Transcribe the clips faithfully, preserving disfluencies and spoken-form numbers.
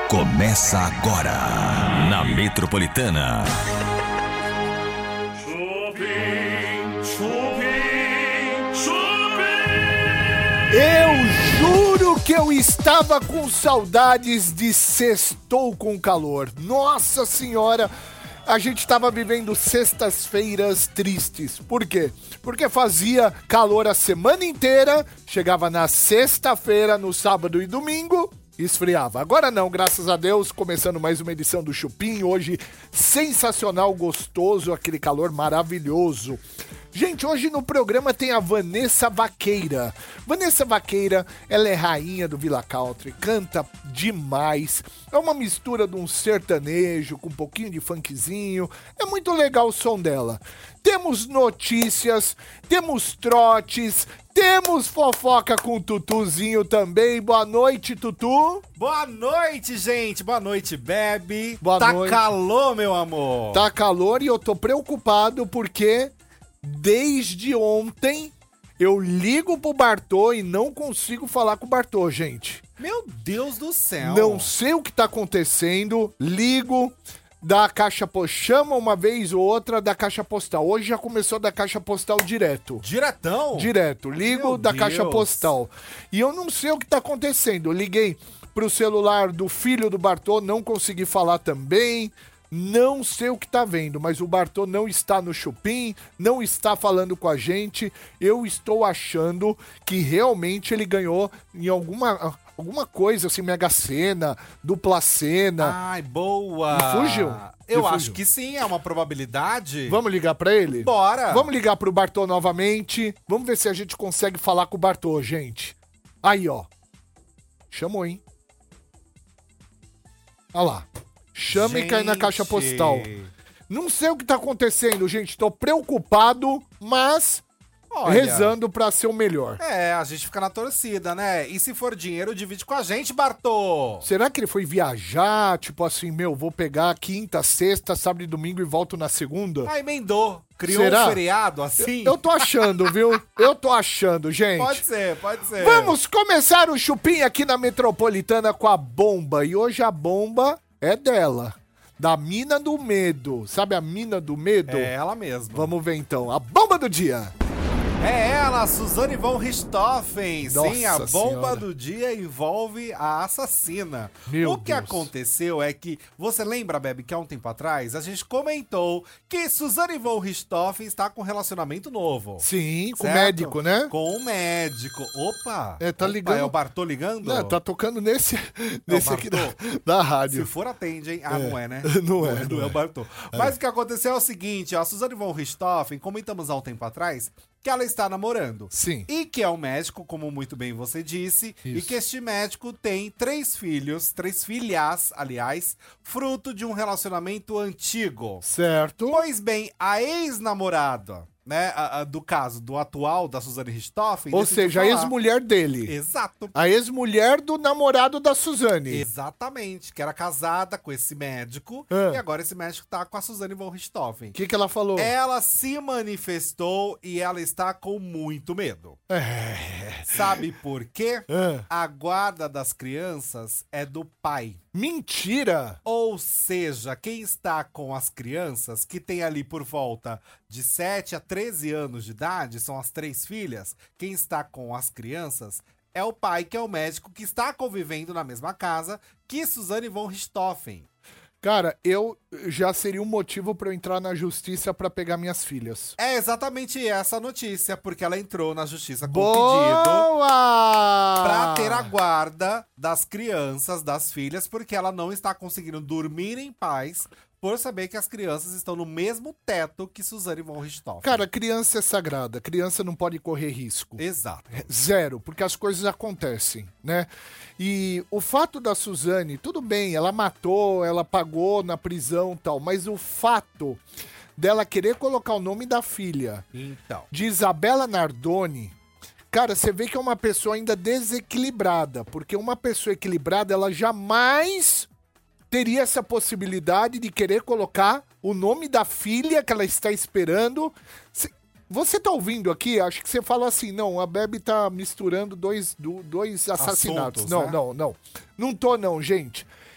Começa agora na Metropolitana. Chupim, chupim, chupim. Eu juro que eu estava com saudades de sextou com calor. Nossa senhora, a gente estava vivendo sextas-feiras tristes. Por quê? Porque fazia calor a semana inteira, chegava na sexta-feira, no sábado e domingo, esfriava. Agora não, graças a Deus, começando mais uma edição do Chupim, hoje sensacional, gostoso, aquele calor maravilhoso. Gente, hoje no programa tem a Vanessa Vaqueira. Vanessa Vaqueira, ela é rainha do Villa Country, canta demais. É uma mistura de um sertanejo com um pouquinho de funkzinho. É muito legal o som dela. Temos notícias, temos trotes, temos fofoca com o Tutuzinho também. Boa noite, Tutu. Boa noite, gente. Boa noite, Bebe. Boa tá noite. calor, meu amor. Tá calor e eu tô preocupado porque desde ontem eu ligo pro Bartô e não consigo falar com o Bartô, gente. Meu Deus do céu. Não sei o que tá acontecendo, ligo, da caixa postal, chama uma vez ou outra da caixa postal. Hoje já começou da caixa postal direto. Diretão? Direto, ligo Meu da Deus. caixa postal. E eu não sei o que tá acontecendo. Eu liguei pro celular do filho do Bartô, não consegui falar também. Não sei o que tá vendo, mas o Bartô não está no Chupim, não está falando com a gente. Eu estou achando que realmente ele ganhou em alguma, alguma coisa, assim, Mega Sena, Dupla Sena. Ai, boa. Me fugiu? Eu Me acho fugiu. que sim, é uma probabilidade. Vamos ligar pra ele? Bora. Vamos ligar pro Bartô novamente. Vamos ver se a gente consegue falar com o Bartô, gente. Aí, ó. Chamou, hein? Olha lá. Chama e cai na caixa postal. Não sei o que tá acontecendo, gente. Tô preocupado, mas Olha, rezando pra ser o melhor. É, a gente fica na torcida, né? E se for dinheiro, divide com a gente, Bartô. Será que ele foi viajar? Tipo assim, meu, vou pegar quinta, sexta, sábado e domingo e volto na segunda? Ah, emendou. Criou Será? um feriado assim? Eu tô achando, viu? Eu tô achando, gente. Pode ser, pode ser. Vamos começar o Chupim aqui na Metropolitana com a bomba. E hoje a bomba é dela. Da Mina do Medo. Sabe a Mina do Medo? É ela mesma. Vamos ver então. A bomba do dia. É ela, Suzane von Richthofen. Nossa Sim, a bomba Senhora. do dia envolve a assassina. Meu o que Deus. aconteceu é que, você lembra, Bebe, que há um tempo atrás a gente comentou que Suzane von Richthofen está com um relacionamento novo. Sim, com o certo? médico, né? Com um médico. Opa! É, tá Opa, ligando. É o Bartô ligando? Não, tá tocando nesse, nesse aqui da, Bartô. da Se rádio. for, atende, hein? Ah, É. não é, né? Não é, Não não é é. o Bartô. Mas o que aconteceu é o seguinte, ó, a Suzane von Richthofen, comentamos há um tempo atrás, que ela está namorando. Sim. E que é um médico, como muito bem você disse, Isso. e que este médico tem três filhos, três filhas, aliás, fruto de um relacionamento antigo. Certo. Pois bem, a ex-namorada, né, a- a do caso do atual da Suzane Richthofen... Ou decidiu seja, a falar. ex-mulher dele. Exato. A ex-mulher do namorado da Suzane. Exatamente, que era casada com esse médico, Ah. e agora esse médico tá com a Suzane von Richthofen. O que, que ela falou? Ela se manifestou e ela está com muito medo. É. Sabe por quê? Ah. A guarda das crianças é do pai. Mentira! Ou seja, quem está com as crianças, que tem ali por volta de sete a treze anos de idade, são as três filhas, quem está com as crianças é o pai, que é o médico que está convivendo na mesma casa que Suzane von Richthofen. Cara, eu já seria um motivo pra eu entrar na justiça pra pegar minhas filhas. É exatamente essa a notícia, porque ela entrou na justiça com o pedido Boa! pra ter a guarda das crianças, das filhas, porque ela não está conseguindo dormir em paz por saber que as crianças estão no mesmo teto que Suzane von Richthofen. Cara, criança é sagrada. Criança não pode correr risco. Exato. Zero, porque as coisas acontecem, né? E o fato da Suzane, tudo bem, ela matou, ela pagou na prisão e tal, mas o fato dela querer colocar o nome da filha Então. de Isabela Nardoni, cara, você vê que é uma pessoa ainda desequilibrada, porque uma pessoa equilibrada, ela jamais teria essa possibilidade de querer colocar o nome da filha que ela está esperando. Se- Você tá ouvindo aqui? Acho que você fala assim, não, a Bebe tá misturando dois, do- dois assassinatos. Assuntos, não, né? não, não. Não tô não, gente.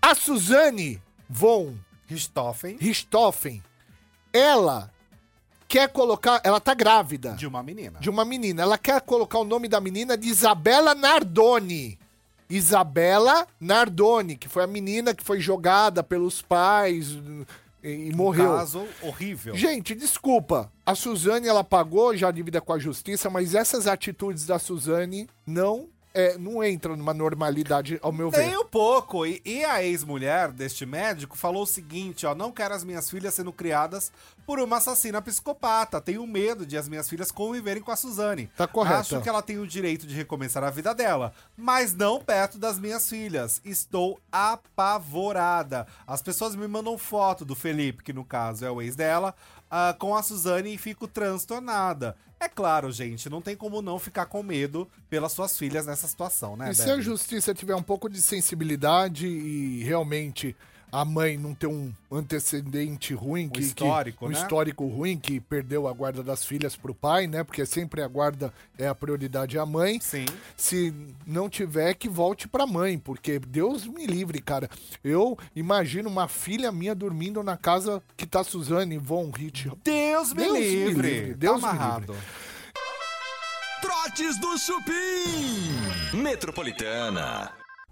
A Suzane von Richthofen Richthofen, ela quer colocar... Ela tá grávida. de uma menina. De uma menina. Ela quer colocar o nome da menina de Isabela Nardoni. Isabela Nardoni, que foi a menina que foi jogada pelos pais e, e Um morreu. caso horrível. Gente, desculpa. A Suzane, ela pagou já a dívida com a justiça, mas essas atitudes da Suzane não, é, não entram numa normalidade, ao meu ver. Nem um pouco. E, e a ex-mulher deste médico falou o seguinte, ó, não quero as minhas filhas sendo criadas por uma assassina psicopata. Tenho medo de as minhas filhas conviverem com a Suzane. Tá correto. Acho que ela tem o direito de recomeçar a vida dela, mas não perto das minhas filhas. Estou apavorada. As pessoas me mandam foto do Felipe, que no caso é o ex dela, uh, com a Suzane e fico transtornada. É claro, gente, não tem como não ficar com medo pelas suas filhas nessa situação, né, E se Bebe? a justiça tiver um pouco de sensibilidade e realmente a mãe não ter um antecedente ruim, que, histórico, que, um né? histórico ruim, que perdeu a guarda das filhas pro pai, né? Porque sempre a guarda é a prioridade à mãe. Sim. Se não tiver, que volte pra mãe, porque Deus me livre, cara. Eu imagino uma filha minha dormindo na casa que tá Suzane von Richt. Deus me Deus me livre. livre, Deus tá me amarrado. livre. Trotes do Chupim. Metropolitana.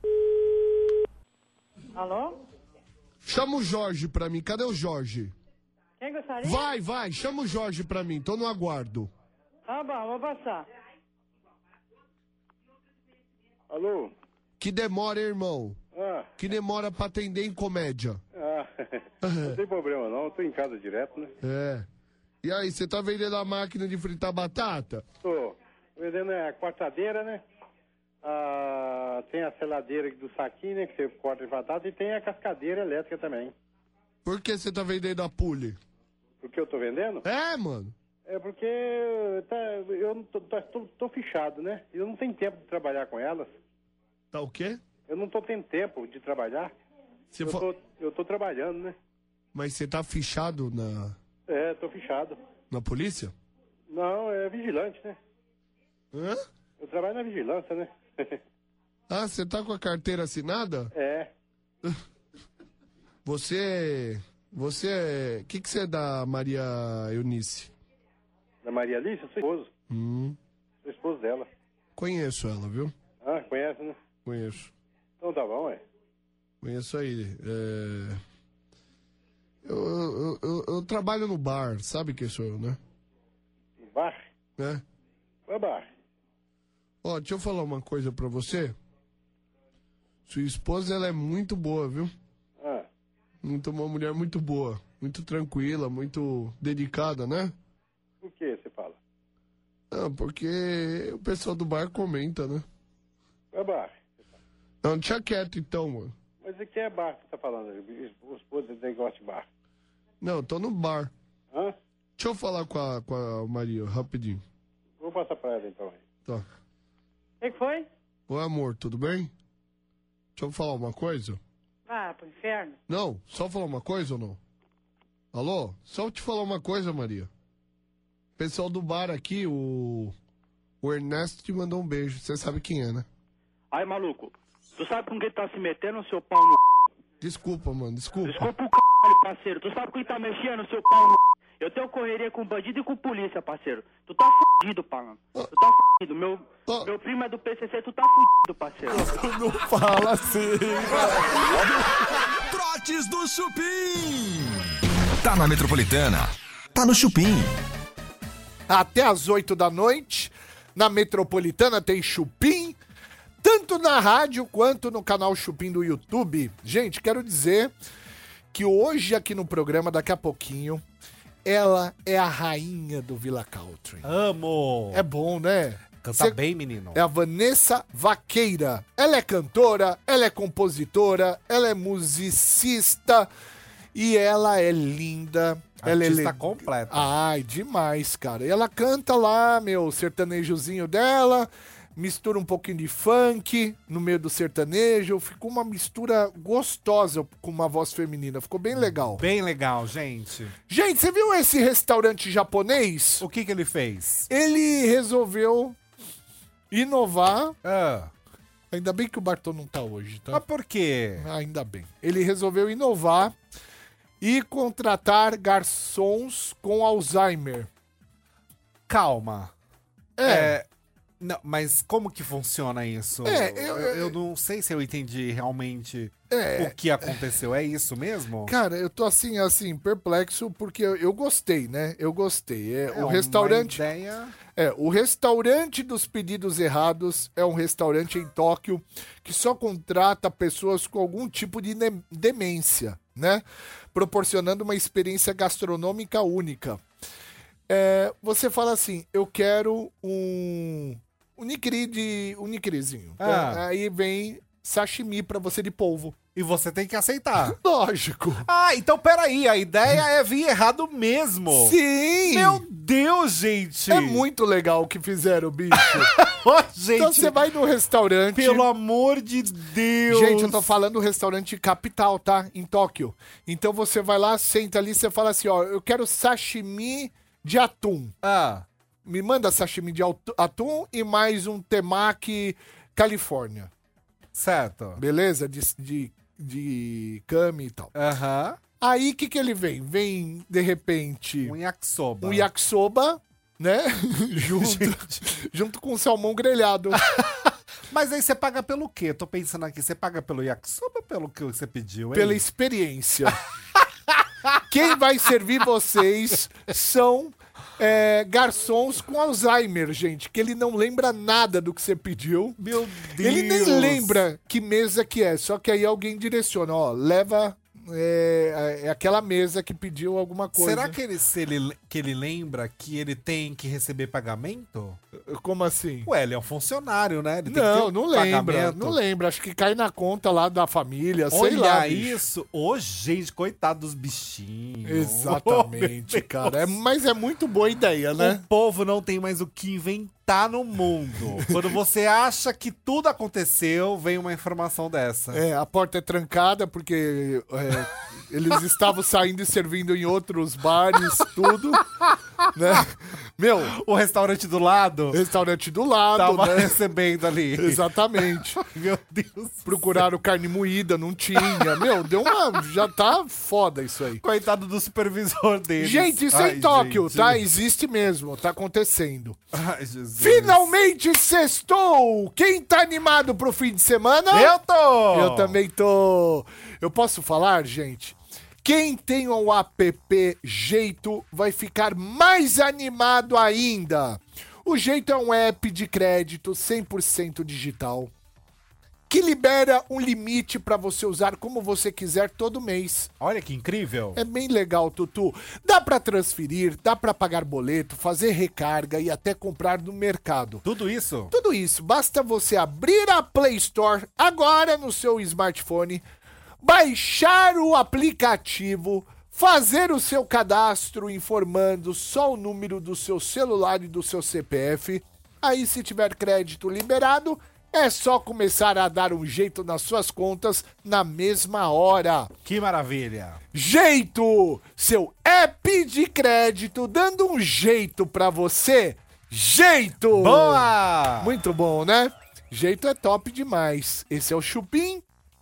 Alô? Chama o Jorge pra mim. Cadê o Jorge? Quem gostaria? Vai, vai. Chama o Jorge pra mim. Tô no aguardo. Tá bom, vou passar. Alô? Que demora, hein, irmão? Ah, Que demora pra atender em comédia. ah, não tem problema não, eu tô em casa direto, né? É. E aí, você tá vendendo a máquina de fritar batata? Tô vendendo a cortadeira, né? Ah, tem a seladeira do saquinho, né? Que você corta de batata. E tem a cascadeira elétrica também. Por que você tá vendendo a pule? O que eu tô vendendo? É, mano. É porque tá, eu não tô, tô, tô, tô fichado, né? Eu não tenho tempo de trabalhar com elas. Tá o quê? Eu não tô tendo tempo de trabalhar. Você Eu fa- tô, eu tô trabalhando, né? Mas você tá fichado na, É, tô fichado. na polícia? Não, é vigilante, né? Hã? Eu trabalho na vigilância, né? Ah, você tá com a carteira assinada? É. Você... Você é... O que que você é da Maria Eunice? Da Maria Alice, eu sou esposo. Hum, Sou esposo dela. conheço ela, viu? Ah, conhece, né? Conheço. Então tá bom, ué. Conheço aí. É... Eu, eu, eu, eu trabalho no bar, sabe quem sou eu, né? No bar? É. Qual é bar? Ó, deixa eu falar uma coisa pra você. Sua esposa, ela é muito boa, viu? Ah, Muito, uma mulher muito boa. Muito tranquila, muito dedicada, né? por que você fala? Ah, porque o pessoal do bar comenta, né? Qual é bar? Não, deixa quieto então, mano. Mas o que é bar que você tá falando? O esposo dele gosta de bar. Não, eu tô no bar. Hã? Deixa eu falar com a, com a Maria, rapidinho. Vou passar pra ela então aí. Tá. O que que foi? Oi, amor, tudo bem? Deixa eu falar uma coisa. Ah, pro inferno. Não, só falar uma coisa ou não? Alô? Só te falar uma coisa, Maria. O pessoal do bar aqui, o... O Ernesto te mandou um beijo. Você sabe quem é, né? Aí, maluco, tu sabe com quem tá se metendo, seu pau no... Desculpa, mano, desculpa. Desculpa o caralho, parceiro. Tu sabe com quem tá mexendo, seu pau no... Eu tenho correria com bandido e com polícia, parceiro. Tu tá fudido, pá. Tu tá fudido. Meu, Ah. meu primo é do P C C, tu tá fudido, parceiro. Não fala assim. Trotes do Chupim. Tá na Metropolitana. Tá no Chupim. Até às oito da noite, na Metropolitana tem Chupim, tanto na rádio quanto no canal Chupim do YouTube. Gente, quero dizer que hoje aqui no programa, daqui a pouquinho, ela é a rainha do Villa Country. Amo. É bom, né? Canta Cê- bem, menino. É a Vanessa Vaqueira. Ela é cantora, ela é compositora, ela é musicista e ela é linda. Ela é Artista ele- completa. Ai, demais, cara. E ela canta lá, meu, sertanejozinho dela, mistura um pouquinho de funk no meio do sertanejo. Ficou uma mistura gostosa com uma voz feminina. Ficou bem legal. Bem legal, gente. Gente, você viu esse restaurante japonês? O que que ele fez? Ele resolveu inovar. Ah, Ainda bem que o Bartô não tá hoje, tá? Mas por quê? Ainda bem. Ele resolveu inovar e contratar garçons com Alzheimer. Calma. É. É, não, mas como que funciona isso? É, eu, eu- eu não sei se eu entendi realmente É. o que aconteceu. É isso mesmo? Cara, eu tô assim, assim, perplexo porque eu, eu gostei, né? Eu gostei. É, É o uma restaurante. ideia... É, o restaurante dos pedidos errados é um restaurante em Tóquio que só contrata pessoas com algum tipo de ne- demência, né? Proporcionando uma experiência gastronômica única. É, você fala assim, eu quero um um nigiri de um nigirizinho. Ah. É, aí vem sashimi pra você de polvo. E você tem que aceitar. Lógico. Ah, então peraí, a ideia é vir errado mesmo. Sim! Meu Deus, gente! É muito legal o que fizeram, bicho. Ô, gente, Então você vai no restaurante. pelo amor de Deus! Gente, eu tô falando do restaurante capital, tá? Em Tóquio. Então você vai lá, senta ali, você fala assim, ó, eu quero sashimi de atum. Ah, Me manda sashimi de autu- atum e mais um temaki Califórnia. certo. Beleza? De, de, de kami e tal. Aham. Aí, o que que ele vem? Vem, de repente, Um yakisoba. um yakisoba, né? junto, junto com salmão grelhado. Mas aí você paga pelo quê? Tô pensando aqui, você paga pelo yakisoba ou pelo que você pediu, hein? Pela experiência. Quem vai servir vocês são é, garçons com Alzheimer, gente, que ele não lembra nada do que você pediu. Meu Deus! Ele nem lembra que mesa que é, só que aí alguém direciona, ó, leva é, é aquela mesa que pediu alguma coisa. Será que ele, se ele, que ele lembra que ele tem que receber pagamento? Como assim? Ué, ele é um funcionário, né? Ele tem que ter Não, um não lembra, pagamento. não lembra. Acho que cai na conta lá da família, sei Olha lá. bicho. isso! Ô, gente, coitado dos bichinhos. Exatamente, Oh, cara. É, mas é muito boa ideia, né? O povo não tem mais o que inventar no mundo. Quando você acha que tudo aconteceu, vem uma informação dessa. É, a porta é trancada porque é, eles estavam saindo e servindo em outros bares, tudo, né? Meu, O restaurante do lado restaurante do lado, tava né? recebendo ali. Exatamente. Meu Deus. Procuraram carne moída, não tinha. Meu, deu uma... Já tá foda isso aí. Coitado do supervisor dele. Gente, isso é em Tóquio, tá? Existe mesmo, tá acontecendo. Ai, Jesus. Finalmente sextou! Quem tá animado pro fim de semana? Eu tô! Eu também tô. Eu posso falar, gente? Quem tem o app Jeito vai ficar mais animado ainda. O Jeito é um app de crédito cem por cento digital que libera um limite para você usar como você quiser todo mês. Olha que incrível. É bem legal, Tutu. Dá para transferir, dá para pagar boleto, fazer recarga e até comprar no mercado. Tudo isso? Tudo isso, basta você abrir a Play Store agora no seu smartphone, baixar o aplicativo, fazer o seu cadastro informando só o número do seu celular e do seu C P F. Aí, se tiver crédito liberado, é só começar a dar um jeito nas suas contas na mesma hora. Que maravilha. Jeito! Seu app de crédito dando um jeito pra você. Jeito! Boa! Muito bom, né? Jeito é top demais. Esse é o Chupim.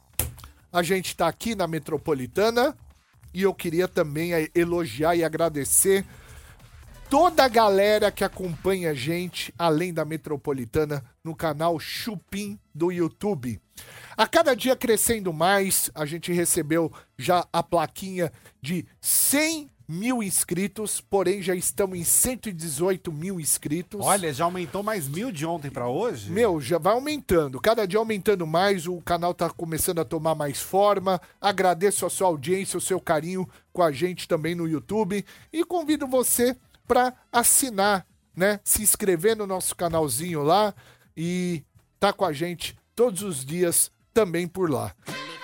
A gente tá aqui na Metropolitana e eu queria também eh, elogiar e agradecer toda a galera que acompanha a gente, além da Metropolitana, no canal Chupim do YouTube. A cada dia crescendo mais, a gente recebeu já a plaquinha de cem mil inscritos, porém já estamos em cento e dezoito mil inscritos. Olha, já aumentou mais mil de ontem pra hoje? Meu, já vai aumentando. Cada dia aumentando mais, o canal tá começando a tomar mais forma. Agradeço a sua audiência, o seu carinho com a gente também no YouTube. E convido você para assinar, né? Se inscrever no nosso canalzinho lá e tá com a gente todos os dias também por lá.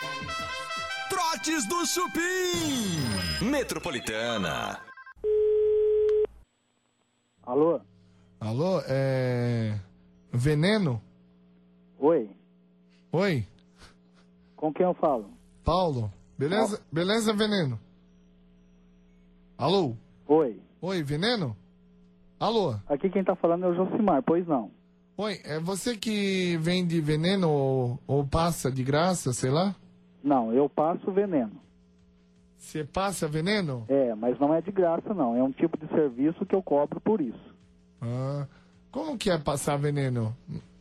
Trotes do Chupim. Metropolitana. Alô? Alô, é. Veneno? Oi? Oi, Com quem eu falo? Paulo. Beleza? Beleza, Veneno? Alô? Oi? Oi, Veneno? Alô? Aqui quem tá falando é o Josimar, pois não? Oi, é você que vende veneno ou, ou passa de graça, sei lá? Não, eu passo veneno. Você passa veneno? É, mas não é de graça, não. É um tipo de serviço que eu cobro por isso. Ah, como que é passar veneno?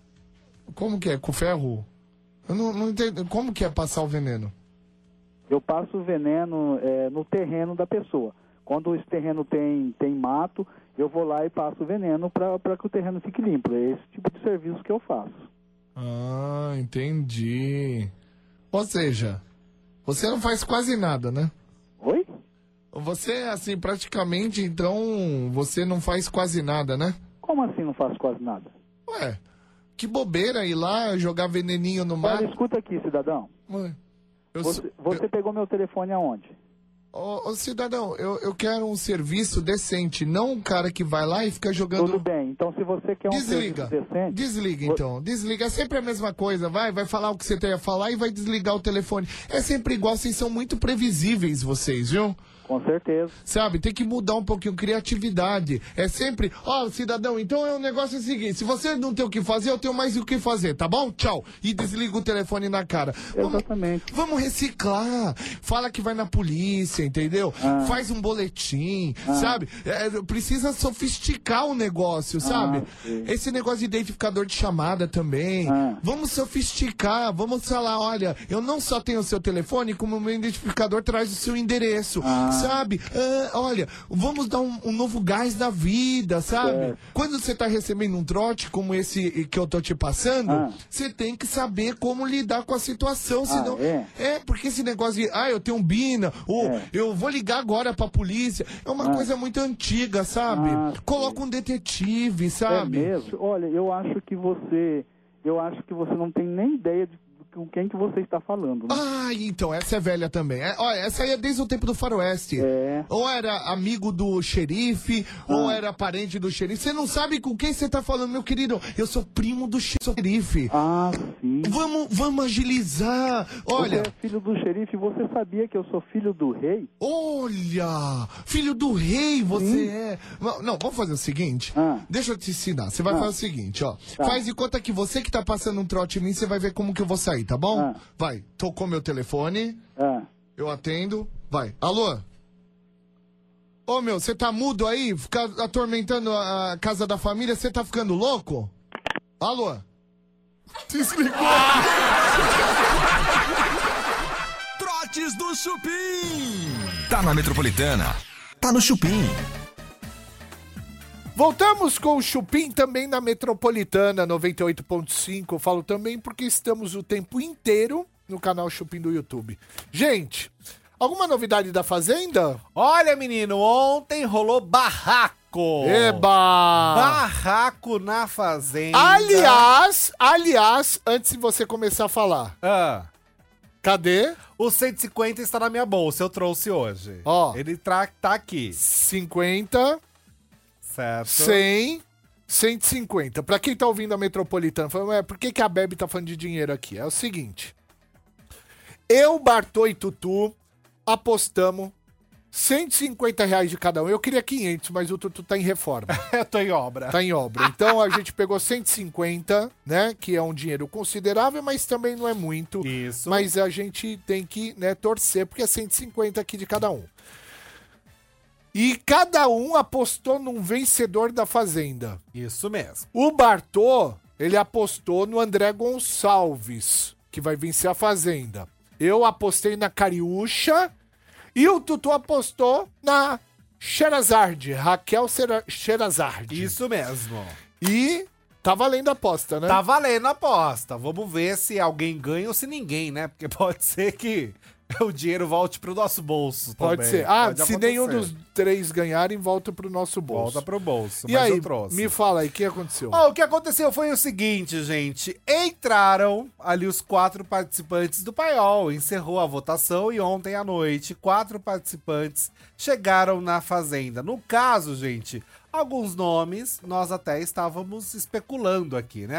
Como que é? Com ferro? Eu não, não entendo. Como que é passar o veneno? Eu passo veneno é, no terreno da pessoa. Quando esse terreno tem, tem mato, eu vou lá e passo veneno para que o terreno fique limpo. É esse tipo de serviço que eu faço. Ah, entendi. Ou seja, você não faz quase nada, né? Oi? Você, assim, praticamente, então, você não faz quase nada, né? Como assim não faço quase nada? Ué, que bobeira ir lá jogar veneninho no mar. Olha, escuta aqui, cidadão. Ué, eu Você, sou- você eu- pegou meu telefone aonde? Ô, ô, cidadão, eu, eu quero um serviço decente, não um cara que vai lá e fica jogando... Tudo bem, então se você quer um Desliga, serviço decente... desliga vo- então, desliga, é sempre a mesma coisa, vai, vai falar o que você tem a falar e vai desligar o telefone. É sempre igual, vocês são muito previsíveis, vocês, viu? Com certeza. Sabe, tem que mudar um pouquinho, criatividade. É sempre, ó, cidadão, então é o negócio é o seguinte, se você não tem o que fazer, eu tenho mais o que fazer, tá bom? Tchau. E desliga o telefone na cara. Exatamente. Vamos, vamos reciclar. Fala que vai na polícia, entendeu? Ah. Faz um boletim, Ah. sabe? É, precisa sofisticar o negócio, sabe? sim. Esse negócio de identificador de chamada também. Ah. Vamos sofisticar, vamos falar, olha, eu não só tenho o seu telefone, como o meu identificador traz o seu endereço, Ah. sabe? Ah, olha, vamos dar um, um novo gás na vida, sabe? Certo. Quando você tá recebendo um trote como esse que eu tô te passando, Ah. você tem que saber como lidar com a situação, senão... é? É, porque esse negócio de, ah, eu tenho um Bina, ou É. eu vou ligar agora pra polícia, é uma Ah. coisa muito antiga, sabe? Ah, Coloca um detetive, É sabe? mesmo? Olha, eu acho que você... Eu acho que você não tem nem ideia de com quem que você está falando, né? Ah, então, essa é velha também. É, olha, essa aí é desde o tempo do faroeste. É. Ou era amigo do xerife, ou era parente do xerife. Você não sabe com quem você tá falando, meu querido. Eu sou primo do xerife. Ah, sim. Vamos, vamos agilizar. Olha, Você é filho do xerife, você sabia que eu sou filho do rei? olha, filho do rei você Sim. é. Não, não, vamos fazer o seguinte. Ah. Deixa eu te ensinar. Você vai Ah. fazer o seguinte, ó. Tá. Faz de conta que você que tá passando um trote em mim, você vai ver como que eu vou sair, tá bom? Ah. Vai, tocou meu telefone, Ah, eu atendo. Vai, alô? Ô meu, você tá mudo aí? Ficar atormentando a a casa da família, você tá ficando louco? Alô? Desligou. Trotes do Chupim. Tá na Metropolitana. Tá no Chupim. Voltamos com o Chupim também na Metropolitana noventa e oito ponto cinco. Eu falo também porque estamos o tempo inteiro no canal Chupim do YouTube. Gente, alguma novidade da Fazenda? Olha, menino, ontem rolou barraco. Eba! Barraco na fazenda. Aliás, aliás, antes de você começar a falar, Ah, cadê? o cento e cinquenta está na minha bolsa, eu trouxe hoje. Ó. Ele tra- tá aqui, cinquenta, certo? cem, cento e cinquenta. Pra quem tá ouvindo a Metropolitana, falando, ué, por que, que a Bebe tá falando de dinheiro aqui? É o seguinte. Eu, Bartô e Tutu apostamos cento e cinquenta reais de cada um. Eu queria quinhentos, mas o Tutu tá em reforma. Eu tô em obra. Tá em obra. Então a gente pegou cento e cinquenta, né? Que é um dinheiro considerável, mas também não é muito. Isso. Mas a gente tem que, né, torcer, porque é cento e cinquenta aqui de cada um. E cada um apostou num vencedor da Fazenda. Isso mesmo. O Bartô, ele apostou no André Gonçalves, que vai vencer a Fazenda. Eu apostei na Cariúcha e o Tutu apostou na Sherazade, Raquel Sera- Sherazade. Isso mesmo. E tá valendo a aposta, né? Tá valendo a aposta. Vamos ver se alguém ganha ou se ninguém, né? Porque pode ser que o dinheiro volte pro nosso bolso Pode também. ser. Ah, Pode se acontecer. nenhum dos três ganharem, volta pro nosso bolso. Volta pro bolso, E mas aí, eu trouxe. me fala aí, o que aconteceu? Ó, o que aconteceu foi o seguinte, gente. Entraram ali os quatro participantes do Paiol. Encerrou a votação e ontem à noite, quatro participantes chegaram na Fazenda. No caso, gente, alguns nomes nós até estávamos especulando aqui, né?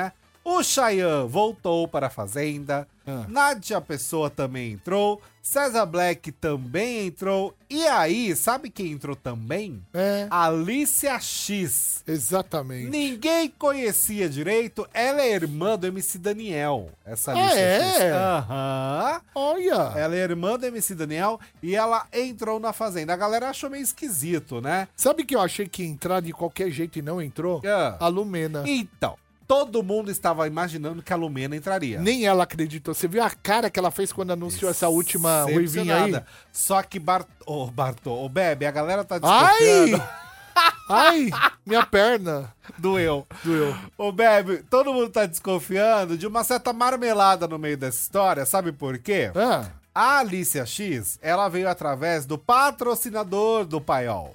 O Chayanne voltou para a Fazenda. Ah. Nádia Pessoa também entrou. César Black também entrou. E aí, sabe quem entrou também? É. Alicia X. Exatamente. Ninguém conhecia direito. Ela é irmã do M C Daniel. Essa Ah, Alicia é? X. Aham. Olha. Ela é irmã do M C Daniel e ela entrou na Fazenda. A galera achou meio esquisito, né? Sabe que eu achei que ia entrar de qualquer jeito e não entrou? Ah. A Lumena. Então, todo mundo estava imaginando que a Lumena entraria. Nem ela acreditou. Você viu a cara que ela fez quando anunciou essa última ruivinha aí? Decepcionada. Só que Bart... Ô, Bartô, ô, Bebe, a galera tá Ai! desconfiando. Ai! Minha perna. Doeu. Doeu. Ô, Bebe, todo mundo tá desconfiando de uma certa marmelada no meio dessa história. Sabe por quê? Ah. A Alicia X, ela veio através do patrocinador do Paiol.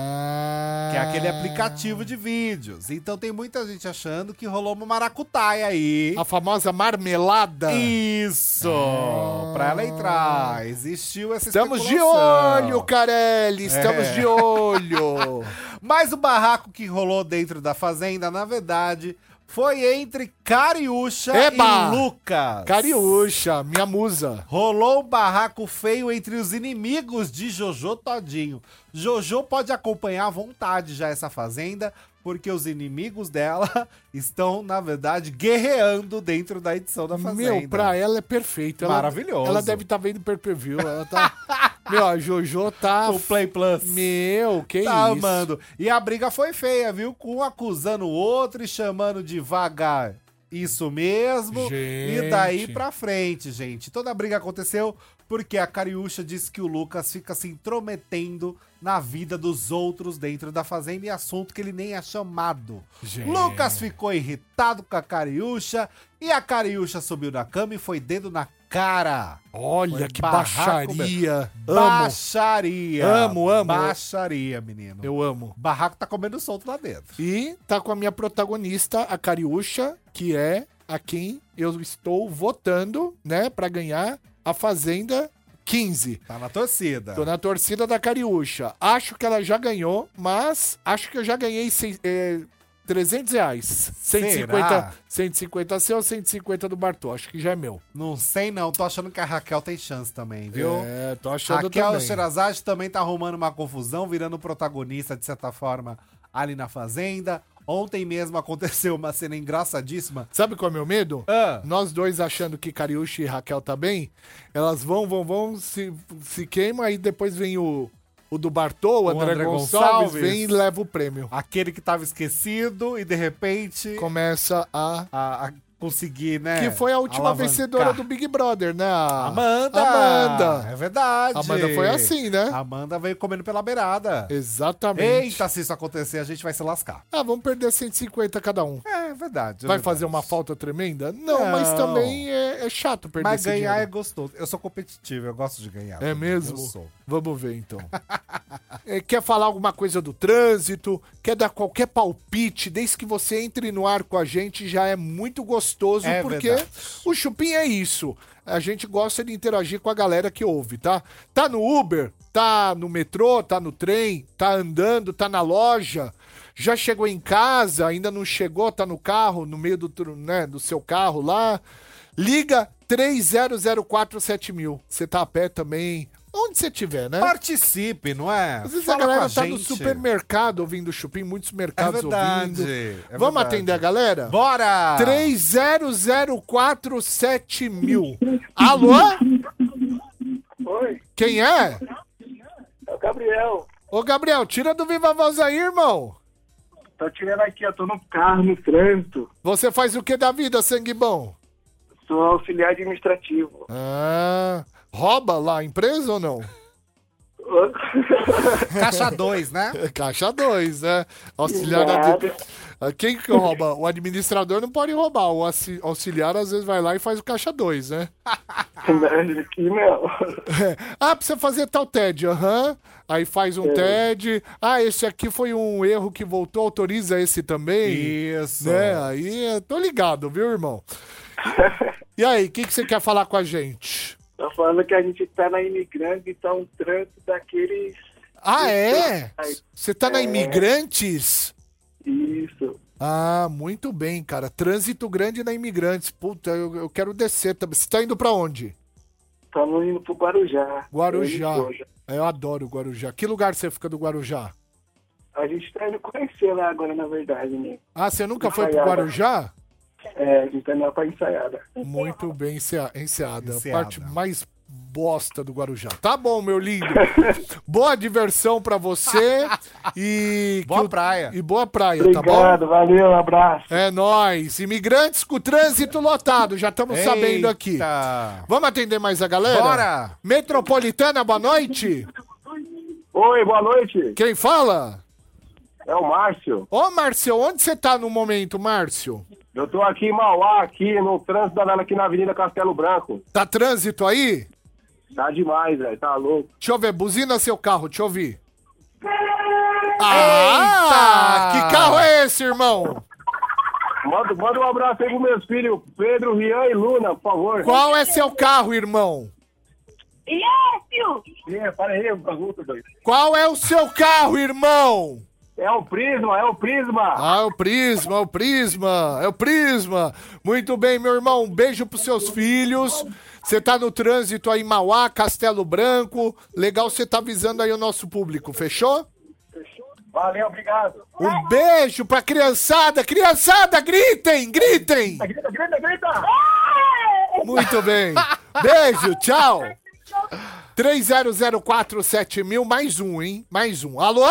Ah. Que é aquele aplicativo de vídeos. Então tem muita gente achando que rolou uma maracutaia aí. A famosa marmelada. Isso! Ah. Pra ela entrar. Existiu essa Estamos de especulação. olho, Carelli. Estamos É. de olho. Mas o barraco que rolou dentro da Fazenda, na verdade, foi entre Cariúcha Eba! e Lucas. Cariúcha, minha musa. Rolou um barraco feio entre os inimigos de Jojo Todinho. Jojo pode acompanhar à vontade já essa Fazenda, porque os inimigos dela estão, na verdade, guerreando dentro da edição da Fazenda. Meu, pra ela é perfeito. Ela, Maravilhoso. Ela deve estar tá vendo pay-per-view. Ela tá... Meu, a Jojo tá... O Play Plus. Meu, que Tá isso. amando. E a briga foi feia, viu? Um acusando o outro e chamando de vagar. Isso mesmo. Gente. E daí pra frente, gente. Toda a briga aconteceu porque a Cariúcha disse que o Lucas fica se intrometendo na vida dos outros dentro da Fazenda e assunto que ele nem é chamado. Gente. Lucas ficou irritado com a Cariúcha e a Cariúcha subiu na cama e foi dedo na cara. Olha, Foi que barraco baixaria. Amo. Baixaria. Amo, amo. Baixaria, menino. Eu amo. O barraco tá comendo solto lá dentro. E tá com a minha protagonista, a Cariúcha, que é a quem eu estou votando, né, pra ganhar a Fazenda quinze. Tá na torcida. Tô na torcida da Cariúcha. Acho que ela já ganhou, mas acho que eu já ganhei cem, é, trezentos reais. cento e cinquenta, Será? cento e cinquenta seu, cento e cinquenta do Bartô. Acho que já é meu. Não sei não, tô achando que a Raquel tem chance também, viu? É, tô achando Raquel também. Sherazade também tá arrumando uma confusão, virando protagonista, de certa forma, ali na Fazenda. Ontem mesmo aconteceu uma cena engraçadíssima. Sabe qual é o meu medo? Ah. Nós dois achando que Cariúcha e Raquel tá bem, elas vão, vão, vão, se, se queimam, aí depois vem o, o do Bartô, o André, André Gonçalves, Gonçalves. vem e leva o prêmio. Aquele que tava esquecido e de repente Começa a... a, a conseguir, né? Que foi a última alavancar. vencedora do Big Brother, né? A... Amanda! Amanda! É verdade. Amanda foi assim, né? Amanda veio comendo pela beirada. Exatamente. Eita, se isso acontecer, a gente vai se lascar. Ah, vamos perder cento e cinquenta cada um. É verdade. é Vai verdade. fazer uma falta tremenda? Não, Não. mas também é, é chato perder Mas esse ganhar é dinheiro. gostoso. Eu sou competitivo, eu gosto de ganhar. É mesmo? Eu sou. Vamos ver, então. É, quer falar alguma coisa do trânsito? Quer dar qualquer palpite? Desde que você entre no ar com a gente, já é muito gostoso, É porque verdade. o Chupim é isso. A gente gosta de interagir com a galera que ouve, tá? Tá no Uber, tá no metrô, tá no trem, tá andando, tá na loja, já chegou em casa, ainda não chegou, tá no carro, no meio do, tru- né, do seu carro lá. Liga três zero zero quatro sete mil. Você tá a pé também, onde você estiver, né? Participe, não é? Às vezes Fala a galera com tá gente. no supermercado ouvindo o Chupim, muitos mercados É verdade, ouvindo. é Vamos verdade. atender a galera? Bora! três zero zero quatro sete mil. Alô? Oi, Quem é? é o Gabriel. Ô, Gabriel, tira do Viva Voz aí, irmão. Tô tirando aqui, eu tô no carro, no trânsito. Você faz o que da vida, sangue bom? Sou auxiliar administrativo. Ah, rouba lá a empresa ou não? Caixa dois, né? Caixa dois, né? Auxiliar Nada. da... Quem que rouba? O administrador não pode roubar. O auxi- auxiliar às vezes vai lá e faz o caixa dois, né? Não, aqui não. Ah, precisa fazer tal T E D, aham. Aí faz um T E D. Ah, esse aqui foi um erro que voltou, autoriza esse também. Isso. Né? Aí, eu tô ligado, viu, irmão? E aí, o que, que você quer falar com a gente? Tô falando que a gente tá na imigrante e tá um trânsito daqueles... Ah, é? Aí, Você tá na É. Imigrantes? Isso. Ah, muito bem, cara. Trânsito grande na Imigrantes. Puta, eu, eu quero descer também. Você tá indo pra onde? Estamos indo pro Guarujá. Guarujá. Eu e minha esposa. Eu adoro o Guarujá. Que lugar você fica do Guarujá? A gente tá indo conhecer lá agora, na verdade, né? Ah, você nunca foi pro Ensaiada. Guarujá? É, a gente tá indo pra ensaiada. Muito bem ensea- enseada. A Enseada. parte mais bosta do Guarujá. Tá bom, meu lindo. Boa diversão pra você e... Boa que o- praia. E boa praia, tá Obrigado, bom? valeu, um abraço. É nóis. Imigrantes com trânsito lotado, já estamos sabendo aqui. Eita. Vamos atender mais a galera? Bora. Metropolitana, boa noite. Oi, boa noite. Quem fala? É o Márcio. Ô, Márcio, onde você tá no momento, Márcio? Eu tô aqui em Mauá, aqui no trânsito danado aqui na Avenida Castelo Branco. Tá trânsito aí? Tá demais, velho, tá louco. Deixa eu ver, buzina seu carro, deixa eu ouvir. Ah, que carro é esse, irmão? Manda, manda um abraço aí pros meus filhos, Pedro, Rian e Luna, por favor. Qual é seu carro, irmão? É, para aí, pergunta, doido. Qual é o seu carro, irmão? É o Prisma, é o Prisma. Ah, é o Prisma, é o Prisma, é o Prisma. Muito bem, meu irmão, um beijo pros seus filhos. Você tá no trânsito aí em Mauá, Castelo Branco. Legal você tá avisando aí o nosso público, fechou? Valeu, obrigado. Um beijo pra criançada. Criançada, gritem, gritem. Grita, grita, grita. Muito bem. Beijo, tchau. três zero zero quatro sete mil, mais um, hein? Mais um. Alô?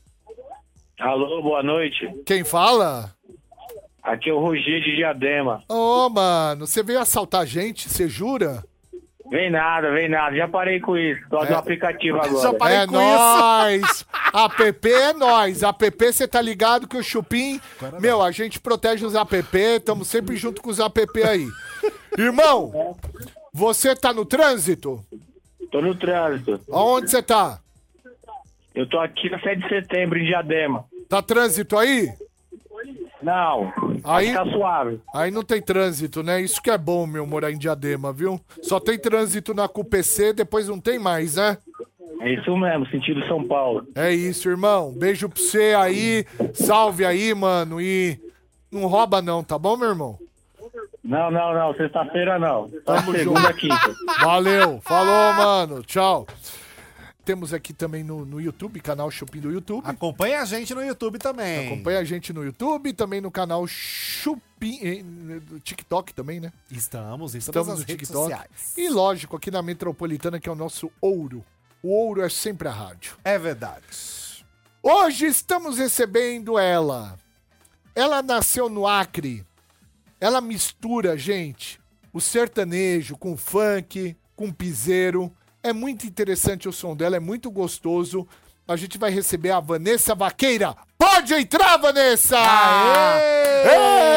Alô, boa noite. Quem fala? Aqui é o Roger de Diadema. Ô, mano, você veio assaltar a gente, você jura? Vem nada, vem nada. Já parei com isso. Tô do aplicativo agora. Já parei É com nóis. App é nóis. App, você tá ligado que o Chupim... Meu, a gente protege os app, tamo sempre junto com os app aí. Irmão, você tá no trânsito? Tô no trânsito. Aonde você tá? Eu tô aqui na sete de setembro, em Diadema. Tá trânsito aí? Não, Aí- vai ficar suave. Aí não tem trânsito, né? Isso que é bom, meu, morar em Diadema, viu? Só tem trânsito na C U P C, depois não tem mais, né? É isso mesmo, sentido São Paulo. É isso, irmão. Beijo pra você aí. Salve aí, mano. E não rouba não, tá bom, meu irmão? Não, não, não. Sexta-feira não. Só Tamo segunda, junto. quinta. Valeu. Falou, mano. Tchau. Temos aqui também no, no YouTube, canal Chupim do YouTube. Acompanha a gente no YouTube também. Acompanha a gente no YouTube, também no canal Chupim, eh, do TikTok também, né? Estamos, em todas Estamos as no redes TikTok. sociais. E lógico, aqui na Metropolitana, que é o nosso ouro. O ouro é sempre a rádio. É verdade. Hoje estamos recebendo ela. Ela nasceu no Acre. Ela mistura, gente, o sertanejo com funk, com piseiro. É muito interessante o som dela, é muito gostoso. A gente vai receber a Vanessa Vaqueira. Pode entrar, Vanessa! Aê!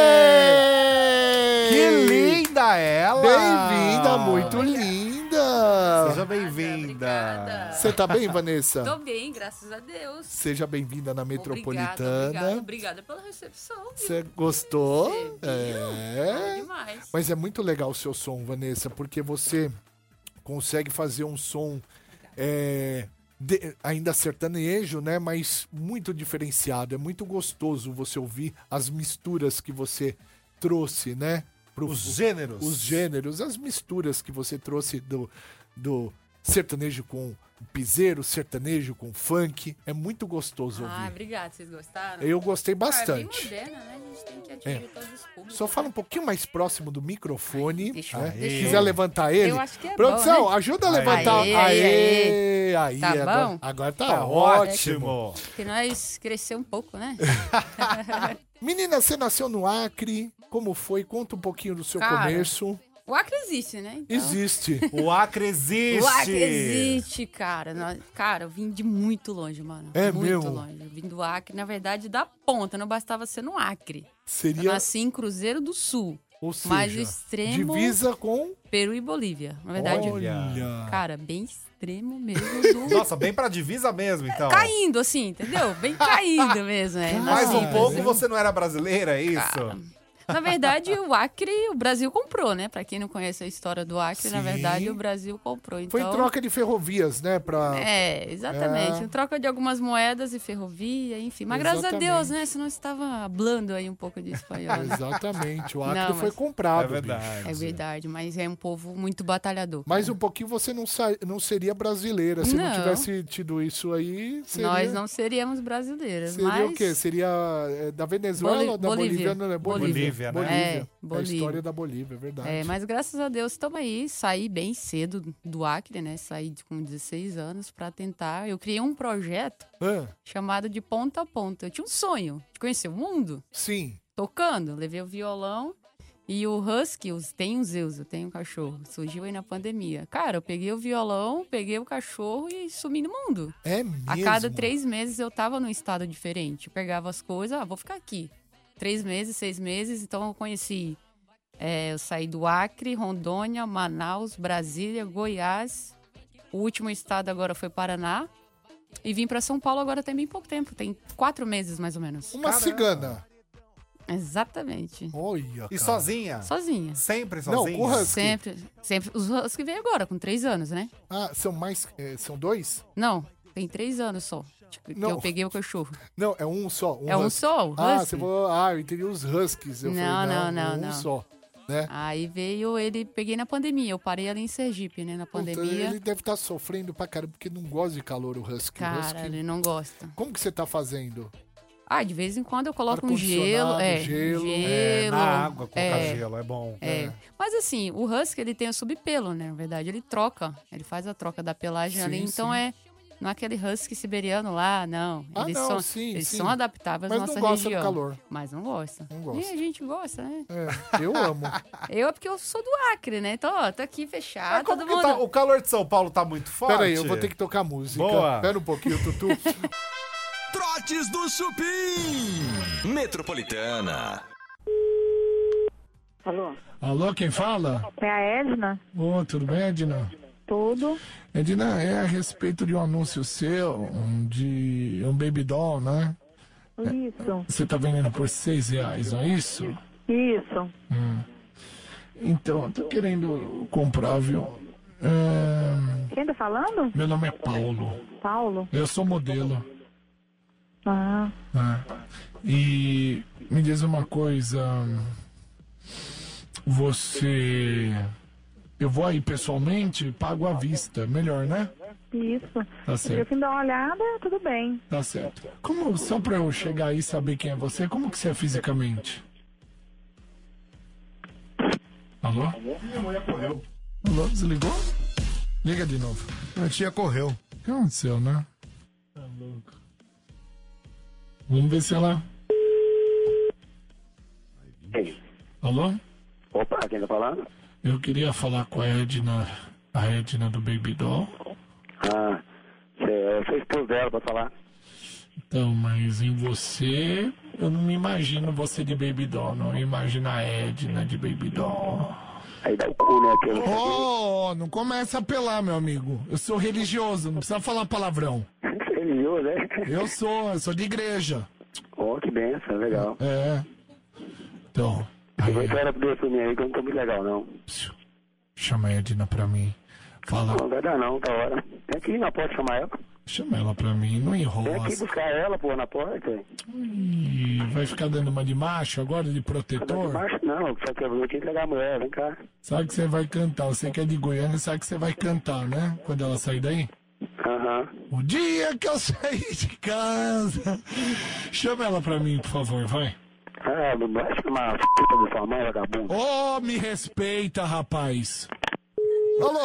Ê! Que linda ela! Bem-vinda, muito linda! Seja bem-vinda. Obrigada. Você tá bem, Vanessa? Tô bem, graças a Deus. Seja bem-vinda na Obrigada, Metropolitana. obrigada, obrigada pela recepção. viu? Você gostou? Você É. viu? Demais. Mas é muito legal o seu som, Vanessa, porque você consegue fazer um som é, de- ainda sertanejo, né? Mas muito diferenciado. É muito gostoso você ouvir as misturas que você trouxe, né? Pro, Os gêneros. Os gêneros, as misturas que você trouxe do, do sertanejo com piseiro, sertanejo com funk. É muito gostoso Ah, ouvir. obrigada, vocês gostaram? Eu gostei Ah, é bastante. bem moderna, né? A gente tem que atingir É. todos os públicos. Só fala um pouquinho mais próximo do microfone. Deixa né? eu- Se deixa eu- quiser levantar ele. Eu acho que é Produção, bom, né? ajuda a levantar. Aê, Aê, aê, aí. Tá agora, bom? agora tá, Tá ótimo. ótimo. Porque nós cresceu um pouco, né? Menina, você nasceu no Acre. Como foi? Conta um pouquinho do seu Cara, começo. O Acre existe, né? Então- Existe. O Acre existe. O Acre existe, cara. Nós- Cara, eu vim de muito longe, mano. É muito mesmo? longe. Eu vim do Acre, na verdade, da ponta. Não bastava ser no Acre. Eu Seria, nasci em Cruzeiro do Sul. ou seja, mais extremo- divisa com... Peru e Bolívia. Na verdade, Olha. cara, bem extremo mesmo do... Nossa, bem pra divisa mesmo, então. Caindo, assim, entendeu? Bem caído mesmo. É, Mais assim, um pouco mas- você não era brasileira, é isso? Cara, Na verdade, o Acre, o Brasil comprou, né? Pra quem não conhece a história do Acre, Sim. na verdade, o Brasil comprou. Então... Foi em troca de ferrovias, né? Pra... É, exatamente. É. Em troca de algumas moedas e ferrovia, enfim. Mas graças a Deus, né? Senão estava hablando aí um pouco de espanhol. Né? Exatamente. O Acre Não, foi mas- comprado. É verdade. bicho. É verdade, mas é um povo muito batalhador. Mais um pouquinho você não, sa... não seria brasileira. Se não. Não. tivesse tido isso aí, seria... Nós não seríamos brasileiras, Seria mas... o quê? Seria é, da Venezuela Boli- ou da Bolívia. Bolívia? Não, é Bolívia. Bolívia, né? Bolívia. É, A Bolívia. história da Bolívia, é verdade. É, mas graças a Deus estamos aí, saí bem cedo do Acre, né? Saí com dezesseis anos para tentar. Eu criei um projeto Ah, chamado de Ponta a Ponta. Eu tinha um sonho de conhecer o mundo sim. tocando. Levei o violão e o Husky, os, tem um Zeus, eu tenho um cachorro. Surgiu aí na pandemia. Cara, eu peguei o violão, peguei o cachorro e sumi no mundo. É mesmo? A cada três meses eu tava num estado diferente. Eu pegava as coisas, ah, vou ficar aqui. Três meses, seis meses, então eu conheci. É, eu saí do Acre, Rondônia, Manaus, Brasília, Goiás. O último estado agora foi Paraná. E vim pra São Paulo agora tem bem pouco tempo. Tem quatro meses, mais ou menos. Uma cigana. Exatamente. Olha, E cara. sozinha? Sozinha. Sempre Não, sozinha? com o Husky. Sempre, sempre. Os Husky veio agora, com três anos, né? Ah, são mais... é, são dois? Não, tem três anos só. Que Não. eu peguei o cachorro. Não, é um só. Um É um husky. só, o Ah, husky? você falou... Ah, eu entendi os Huskies. Eu Não, falei, não, não, um não. só. Né? Aí veio ele, peguei na pandemia. Eu parei ali em Sergipe, né? Na Puta, pandemia. ele deve estar sofrendo pra caramba, porque não gosta de calor o Husky. o Cara, husky... ele não gosta. Como que você tá fazendo? Ah, de vez em quando eu coloco um Ar-condicionado, gelo. É, gelo. gelo. É, na água, colocar é, gelo, é bom. É. Mas assim, o Husky, ele tem o subpelo, né? Na verdade, ele troca. Ele faz a troca da pelagem Sim, ali. Então sim. é... Não é aquele Husky siberiano lá, não. Ah, Eles, não, são, sim, eles sim. são adaptáveis Mas à não nossa gosta do região. calor. Mas não gosta. Não gosta. E a gente gosta, né? É, eu amo. Eu é porque eu sou do Acre, né? Então, ó, tô aqui fechado, Mas como todo que mundo... tá- o calor de São Paulo tá muito forte? Pera aí, eu vou ter que tocar música. Boa. Pera um pouquinho, Tutu. Trotes do Chupim. Metropolitana. Alô? Alô, quem fala? É a Edna? Ô, tudo bem, Edna? Tudo. Edna, é a respeito de um anúncio seu, um de um baby doll, né? Isso. Você tá vendendo por seis reais, não é isso? Isso. Hum. Então, eu tô querendo comprar, viu? É, Quem tá falando? Meu nome é Paulo. Paulo? Eu sou modelo. Ah. Né? E me diz uma coisa. Você... Eu vou aí pessoalmente, pago à vista. Melhor, né? Isso. Tá Se eu certo. fim dar uma olhada, tudo bem. Tá certo. Como, só pra eu chegar aí e saber quem é você, como que você é fisicamente? Alô? Minha mulher correu. Alô, desligou? Liga de novo. Minha tia correu. O que aconteceu, né? Tá louco. Vamos ver se ela... Ei. Alô? Opa, quem tá falando? Eu queria falar com a Edna, a Edna do Baby Doll. Ah, eu sou esposo dela pra falar. Então, mas em você, eu não me imagino você de Baby Doll, não. Eu imagino a Edna de Baby Doll. Aí dá o cu, né? Que eu... Oh, não começa a apelar, meu amigo. Eu sou religioso, não precisa falar palavrão. Você é religioso, né? Eu sou, eu sou de igreja. Oh, que benção, legal. É. Então... Você vai esperar pra pra mim aí que eu não tô muito legal, não. Chama a Edna pra mim. Fala. Não vai dar não, tá hora. Vem aqui na porta chamar ela. Chama ela pra mim, não enrola. Vem aqui buscar ela, pô, na porta. Ih, vai ficar dando uma de macho agora, de protetor? Macho não, só que eu tinha que entregar a mulher, vem cá. Sabe que você vai cantar, você que é de Goiânia, sabe que você vai cantar, né? Quando ela sair daí? Aham. O dia que eu saí de casa. Chama ela pra mim, por favor, vai. Ah, não vai chamar a puta de sua mãe, vagabundo. Ô, me respeita, rapaz. Alô?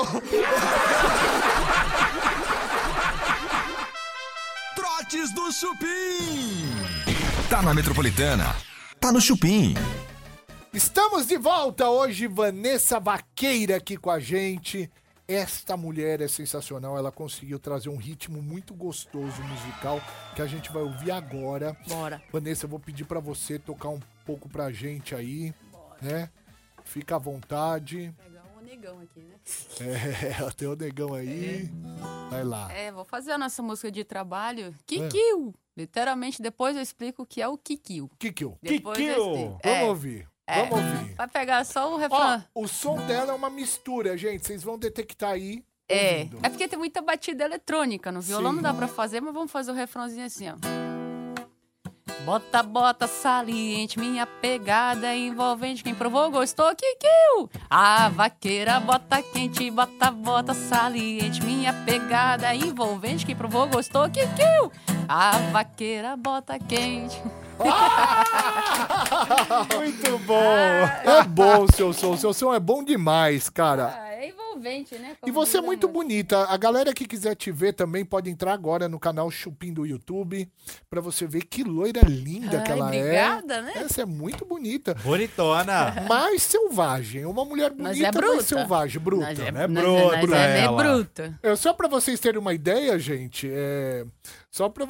Trotes do Chupim. Tá na Metropolitana. Tá no Chupim. Estamos de volta hoje, Vanessa Vaqueira aqui com a gente. Esta mulher é sensacional, ela conseguiu trazer um ritmo muito gostoso musical que a gente vai ouvir agora. Bora. Vanessa, eu vou pedir pra você tocar um pouco pra gente aí, né? Fica à vontade. Pegar o negão aqui, né? É, tem o negão aí. Vai lá. É, vou fazer a nossa música de trabalho. Kikiu! Literalmente, depois eu explico o que é o Kikiu. Kikiu. Depois eu Kikiu! explico. Vamos É. ouvir. É. Vamos ouvir. Vai pegar só o refrão. Ó, o som dela é uma mistura, gente. Vocês vão detectar aí. É, ouvindo. é porque tem muita batida eletrônica. No violão Sim. não dá pra fazer, mas vamos fazer o refrãozinho assim, ó. Bota, bota, saliente, minha pegada envolvente. Quem provou, gostou, Kikiu. A vaqueira bota quente, bota, bota, saliente, minha pegada envolvente. Quem provou, gostou, Kikiu. A vaqueira bota quente. Muito bom. É bom o seu som. O seu som é bom demais, cara. Ah, é envolvente, né? E você é muito bonita. A galera que quiser te ver também pode entrar agora no canal Chupim do YouTube pra você ver que loira linda Ai, que ela obrigada, é. né? Essa é muito bonita. Bonitona. Mais selvagem. Uma mulher Nós bonita, é bruta. mais selvagem. Bruta. Nós é, Não é nós bruta, é, nós é, ela. é bruta. É, só pra vocês terem uma ideia, gente, é... só pra... vo-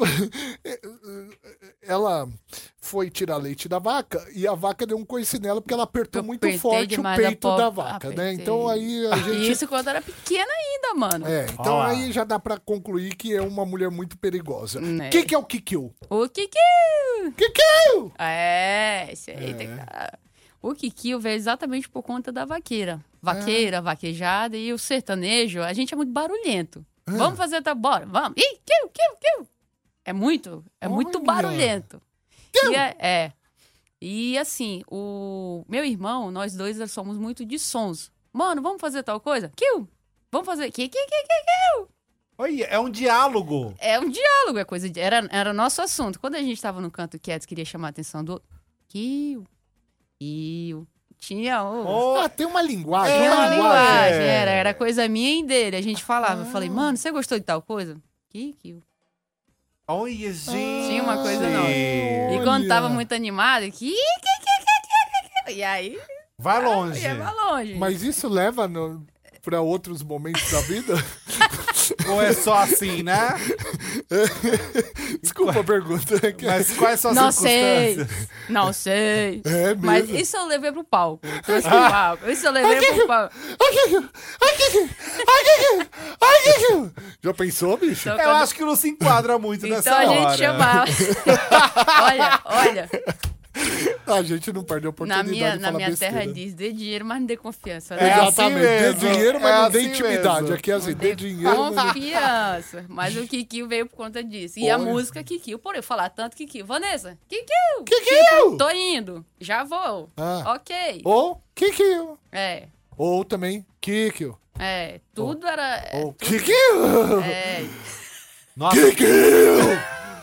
ela foi tirar leite da vaca e a vaca deu um coice nela porque ela apertou Eu muito apertei forte o demais a peito po- da vaca, né? apertei. Então aí a gente... Isso quando era pequena ainda, mano. É, então Olá. aí já dá pra concluir que é uma mulher muito perigosa. O Né. que, que é o Kikiu? O Kikiu! Kikiu! É, esse aí, É. tem cara. O Kikiu veio exatamente por conta da vaqueira. Vaqueira, vaquejada e o sertanejo, a gente é muito barulhento. Vamos fazer, tá? Bora, vamos. Ih, kiu, kiu, kiu. É muito, é muito Olha. barulhento. E é, é. E assim, o meu irmão, nós dois somos muito de sons. Mano, vamos fazer tal coisa? Kiu! Vamos fazer. Kiu, kiu, kiu, kiu, kiu. Olha, é um diálogo. É um diálogo, é coisa de. Era, era nosso assunto. Quando a gente tava no canto quieto, queria chamar a atenção do outro. Kiu. Kiu. Tinha o. Ah, tem uma linguagem. Tinha uma linguagem, é. era, era coisa minha e dele. A gente falava. Eu falei, mano, você gostou de tal coisa? Kiu. Olha, gente. Tinha uma coisa não. E Olha. quando tava muito animado, que que que que que e aí Vai longe. ia pra longe. Mas isso leva no, pra outros momentos da vida? Ou é só assim, né? Desculpa a pergunta. Mas quais são as Não sei, circunstâncias? não sei. É mesmo? Mas isso eu levei pro palco. Trouxe pro palco. Isso eu levei pro palco. Ai, Kikiu! Ai, Kikiu! Ai, Kikiu! Ai, Kikiu! Já pensou, bicho? Então, Eu quando- acho que não se enquadra muito nessa Então a hora. gente chamava. olha, olha. A gente não perdeu a Na oportunidade minha, de na falar minha besteira. terra diz, dê dinheiro, mas não dê confiança. É Né? assim Exatamente. Dê mesmo, dinheiro, mas é não dê assim intimidade. mesmo. Aqui é assim, Não dê dê dinheiro, mas não... confiança. Mas o Kikiu veio por conta disso. E a Olha. música Kikiu, por eu falar tanto Kikiu. Vanessa, Kikiu! Kikiu! Tipo, tô indo. Já vou. Ah. Ok. Ou Kikiu. É, Ou também Kikiu. é. Tudo era... é, Ou Kikiu. É, Nossa, Kikiu.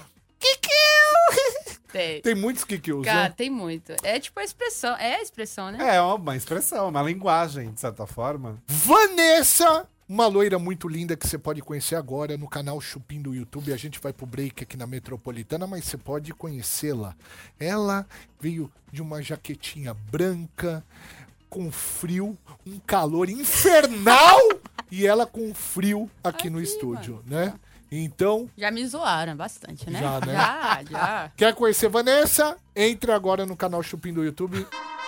Kikiu. tem. Tem muitos Kikius, Cara, né? tem muito. É tipo a expressão. É a expressão, né? é uma expressão, uma linguagem, de certa forma. Vanessa, uma loira muito linda que você pode conhecer agora no canal Chupim do YouTube. A gente vai pro break aqui na Metropolitana, mas você pode conhecê-la. Ela veio de uma jaquetinha branca, com frio, um calor infernal, e ela com frio aqui no estúdio, né? Então, Já me zoaram bastante, né? Já, né? Já, já. quer conhecer Vanessa? Entre agora no canal Chupim do YouTube.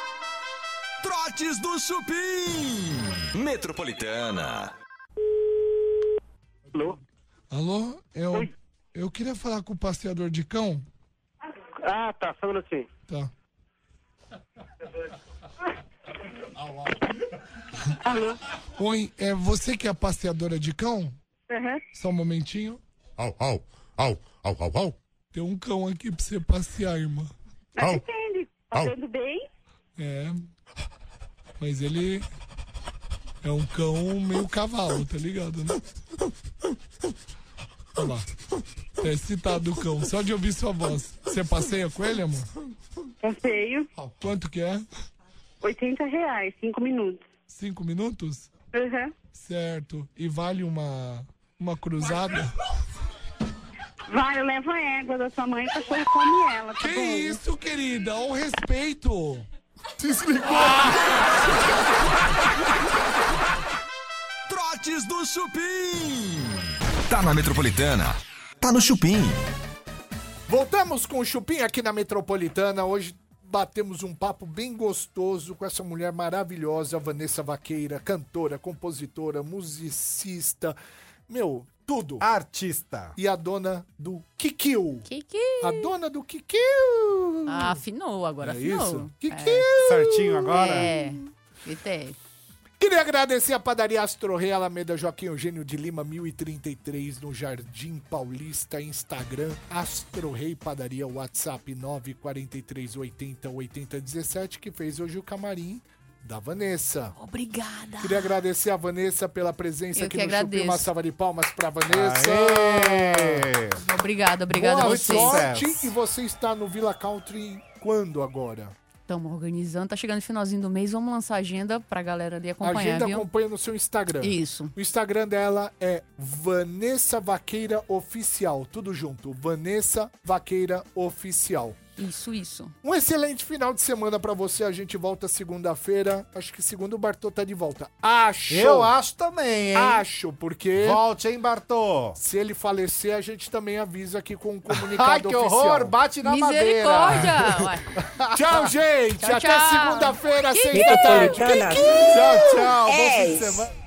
Trotes do Chupim. Metropolitana. Alô? Alô? Eu, Oi. eu queria falar com o passeador de cão. Ah, tá, só um minutinho. Tá. Alô? Oi, é você que é a passeadora de cão? Uhum. Só um momentinho. Au, au, au, au, au, au. Tem um cão aqui pra você passear, irmã. Mas Au. entende? Tá Au. tudo bem? É. Mas ele é um cão meio cavalo, tá ligado, né? Olha lá. Tá excitado o cão, só de ouvir sua voz. Você passeia com ele, amor? Passeio. Quanto que é? oitenta reais, cinco minutos. Cinco minutos? Uhum. Certo. E vale uma, uma cruzada? Vai, eu levo a égua da sua mãe e o cachorro come ela, tá Que bom? isso, querida? Ao respeito. Se explicou. Trotes do Chupim. Tá na Metropolitana. Tá no Chupim. Voltamos com o Chupim aqui na Metropolitana. Hoje batemos um papo bem gostoso com essa mulher maravilhosa, Vanessa Vaqueira, cantora, compositora, musicista, meu, tudo. Artista. E a dona do Kikiu. Kikiu. A dona do Kikiu. Ah, afinou, agora É afinou. isso? Que é. que é? Certinho agora? É. Que tem. Queria agradecer a padaria Astro Rei, Alameda Joaquim Eugênio de Lima, mil e trinta e três, no Jardim Paulista, Instagram, Astro Rei Padaria, WhatsApp nove quatro três oitenta oitenta dezessete, que fez hoje o camarim da Vanessa. Obrigada. Queria agradecer a Vanessa pela presença Eu aqui que no Chupim. agradeço. Uma salva de palmas pra Vanessa. Aê! Obrigada, obrigada Boa a vocês. sorte. E você está no Villa Country quando agora? Estamos organizando, tá chegando no finalzinho do mês, vamos lançar a agenda pra galera ali acompanhar, Agenda viu? acompanha no seu Instagram. Isso. O Instagram dela é Vanessa Vaqueira Oficial. Tudo junto. Vanessa Vaqueira Oficial. Isso, isso. Um excelente final de semana pra você. A gente volta segunda-feira. Acho que segunda o Bartô tá de volta. Acho. Eu acho também, hein? Acho, porque... Volte, hein, Bartô? Se ele falecer, a gente também avisa aqui com um comunicado Ai, que oficial. horror! Bate na Misericórdia! madeira! Tchau, gente! Tchau, Até tchau. segunda-feira, Que seis da tarde. Tchau, tchau! Bom É fim de isso. semana.